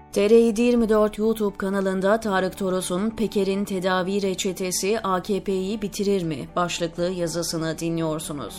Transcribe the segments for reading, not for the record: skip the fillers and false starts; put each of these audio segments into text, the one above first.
TR724 YouTube kanalında Tarık Toros'un "Peker'in tedavi reçetesi AKP'yi bitirir mi?" başlıklı yazısını dinliyorsunuz.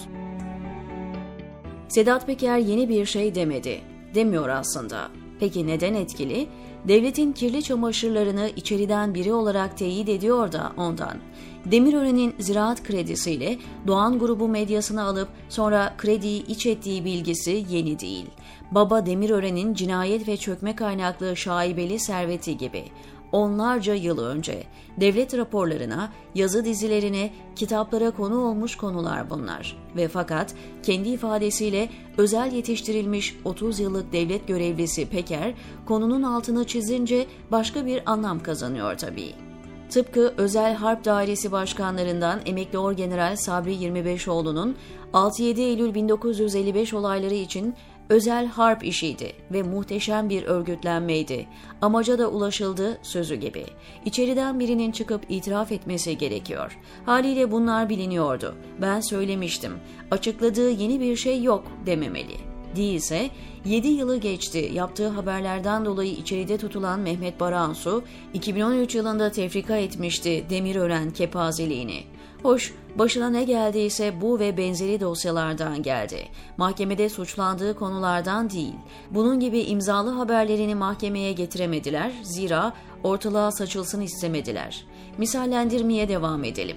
Sedat Peker yeni bir şey demedi. Demiyor aslında. Peki neden etkili? Devletin kirli çamaşırlarını içeriden biri olarak teyit ediyor da ondan. Demirören'in ziraat kredisiyle Doğan Grubu medyasını alıp sonra krediyi iç ettiği bilgisi yeni değil. Baba Demirören'in cinayet ve çökme kaynaklı şaibeli serveti gibi. Onlarca yıl önce devlet raporlarına, yazı dizilerine, kitaplara konu olmuş konular bunlar. Ve fakat kendi ifadesiyle özel yetiştirilmiş 30 yıllık devlet görevlisi Peker, konunun altını çizince başka bir anlam kazanıyor tabii. Tıpkı Özel Harp Dairesi Başkanlarından Emekli Orgeneral Sabri 25oğlu'nun 6-7 Eylül 1955 olayları için özel harp işiydi ve muhteşem bir örgütlenmeydi. Amaca da ulaşıldı sözü gibi. İçeriden birinin çıkıp itiraf etmesi gerekiyor. Haliyle bunlar biliniyordu. Ben söylemiştim. Açıkladığı yeni bir şey yok dememeli. Değilse 7 yılı geçti, yaptığı haberlerden dolayı içeride tutulan Mehmet Baransu 2013 yılında tefrika etmişti Demirören kepazeliğini. Hoş, başına ne geldiyse bu ve benzeri dosyalardan geldi. Mahkemede suçlandığı konulardan değil. Bunun gibi imzalı haberlerini mahkemeye getiremediler, zira ortalığa saçılsın istemediler. Misallendirmeye devam edelim.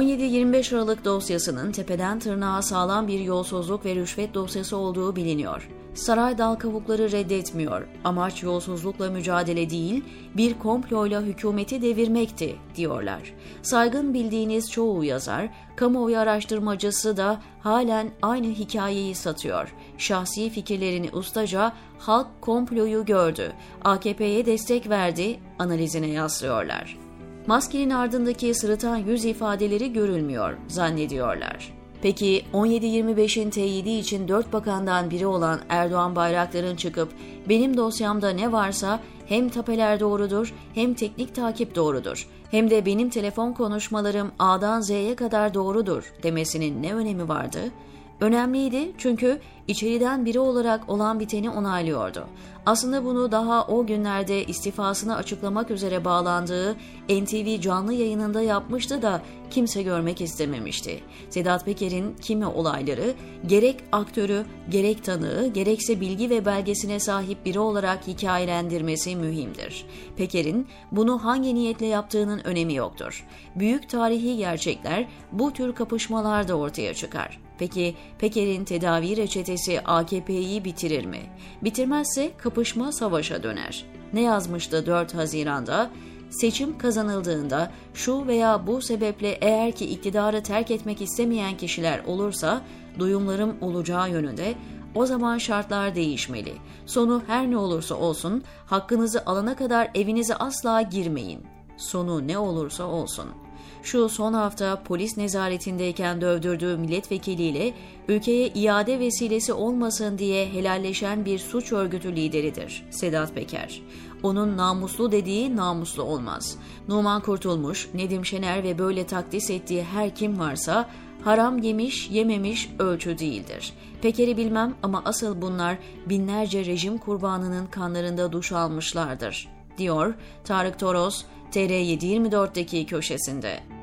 17-25 Aralık dosyasının tepeden tırnağa sağlam bir yolsuzluk ve rüşvet dosyası olduğu biliniyor. Saray dal kavukları reddetmiyor. Amaç yolsuzlukla mücadele değil, bir komployla hükümeti devirmekti diyorlar. Saygın bildiğiniz çoğu yazar, kamuoyu araştırmacısı da halen aynı hikayeyi satıyor. Şahsi fikirlerini ustaca halk komployu gördü, AKP'ye destek verdi analizine yaslıyorlar. Maskenin ardındaki sırıtan yüz ifadeleri görülmüyor zannediyorlar. Peki 17-25'in teyidi için 4 bakandan biri olan Erdoğan Bayraktar'ın çıkıp benim dosyamda ne varsa hem tapeler doğrudur hem teknik takip doğrudur hem de benim telefon konuşmalarım A'dan Z'ye kadar doğrudur demesinin ne önemi vardı? Önemliydi çünkü içeriden biri olarak olan biteni onaylıyordu. Aslında bunu daha o günlerde istifasını açıklamak üzere bağlandığı NTV canlı yayınında yapmıştı da kimse görmek istememişti. Sedat Peker'in kimi olayları gerek aktörü, gerek tanığı, gerekse bilgi ve belgesine sahip biri olarak hikayelendirmesi mühimdir. Peker'in bunu hangi niyetle yaptığının önemi yoktur. Büyük tarihi gerçekler bu tür kapışmalarda ortaya çıkar. Peki Peker'in tedavi reçetesi AKP'yi bitirir mi? Bitirmezse kapışma savaşa döner. Ne yazmıştı 4 Haziran'da? Seçim kazanıldığında şu veya bu sebeple eğer ki iktidarı terk etmek istemeyen kişiler olursa duyumlarım olacağı yönünde, o zaman şartlar değişmeli. Sonu her ne olursa olsun hakkınızı alana kadar evinize asla girmeyin. Sonu ne olursa olsun. Şu son hafta polis nezaretindeyken dövdürdüğü milletvekiliyle ülkeye iade vesilesi olmasın diye helalleşen bir suç örgütü lideridir Sedat Peker. Onun namuslu dediği namuslu olmaz. Numan Kurtulmuş, Nedim Şener ve böyle takdis ettiği her kim varsa haram yemiş yememiş ölçü değildir. Peker'i bilmem ama asıl bunlar binlerce rejim kurbanının kanlarında duş almışlardır, diyor Tarık Toros TR724'deki köşesinde.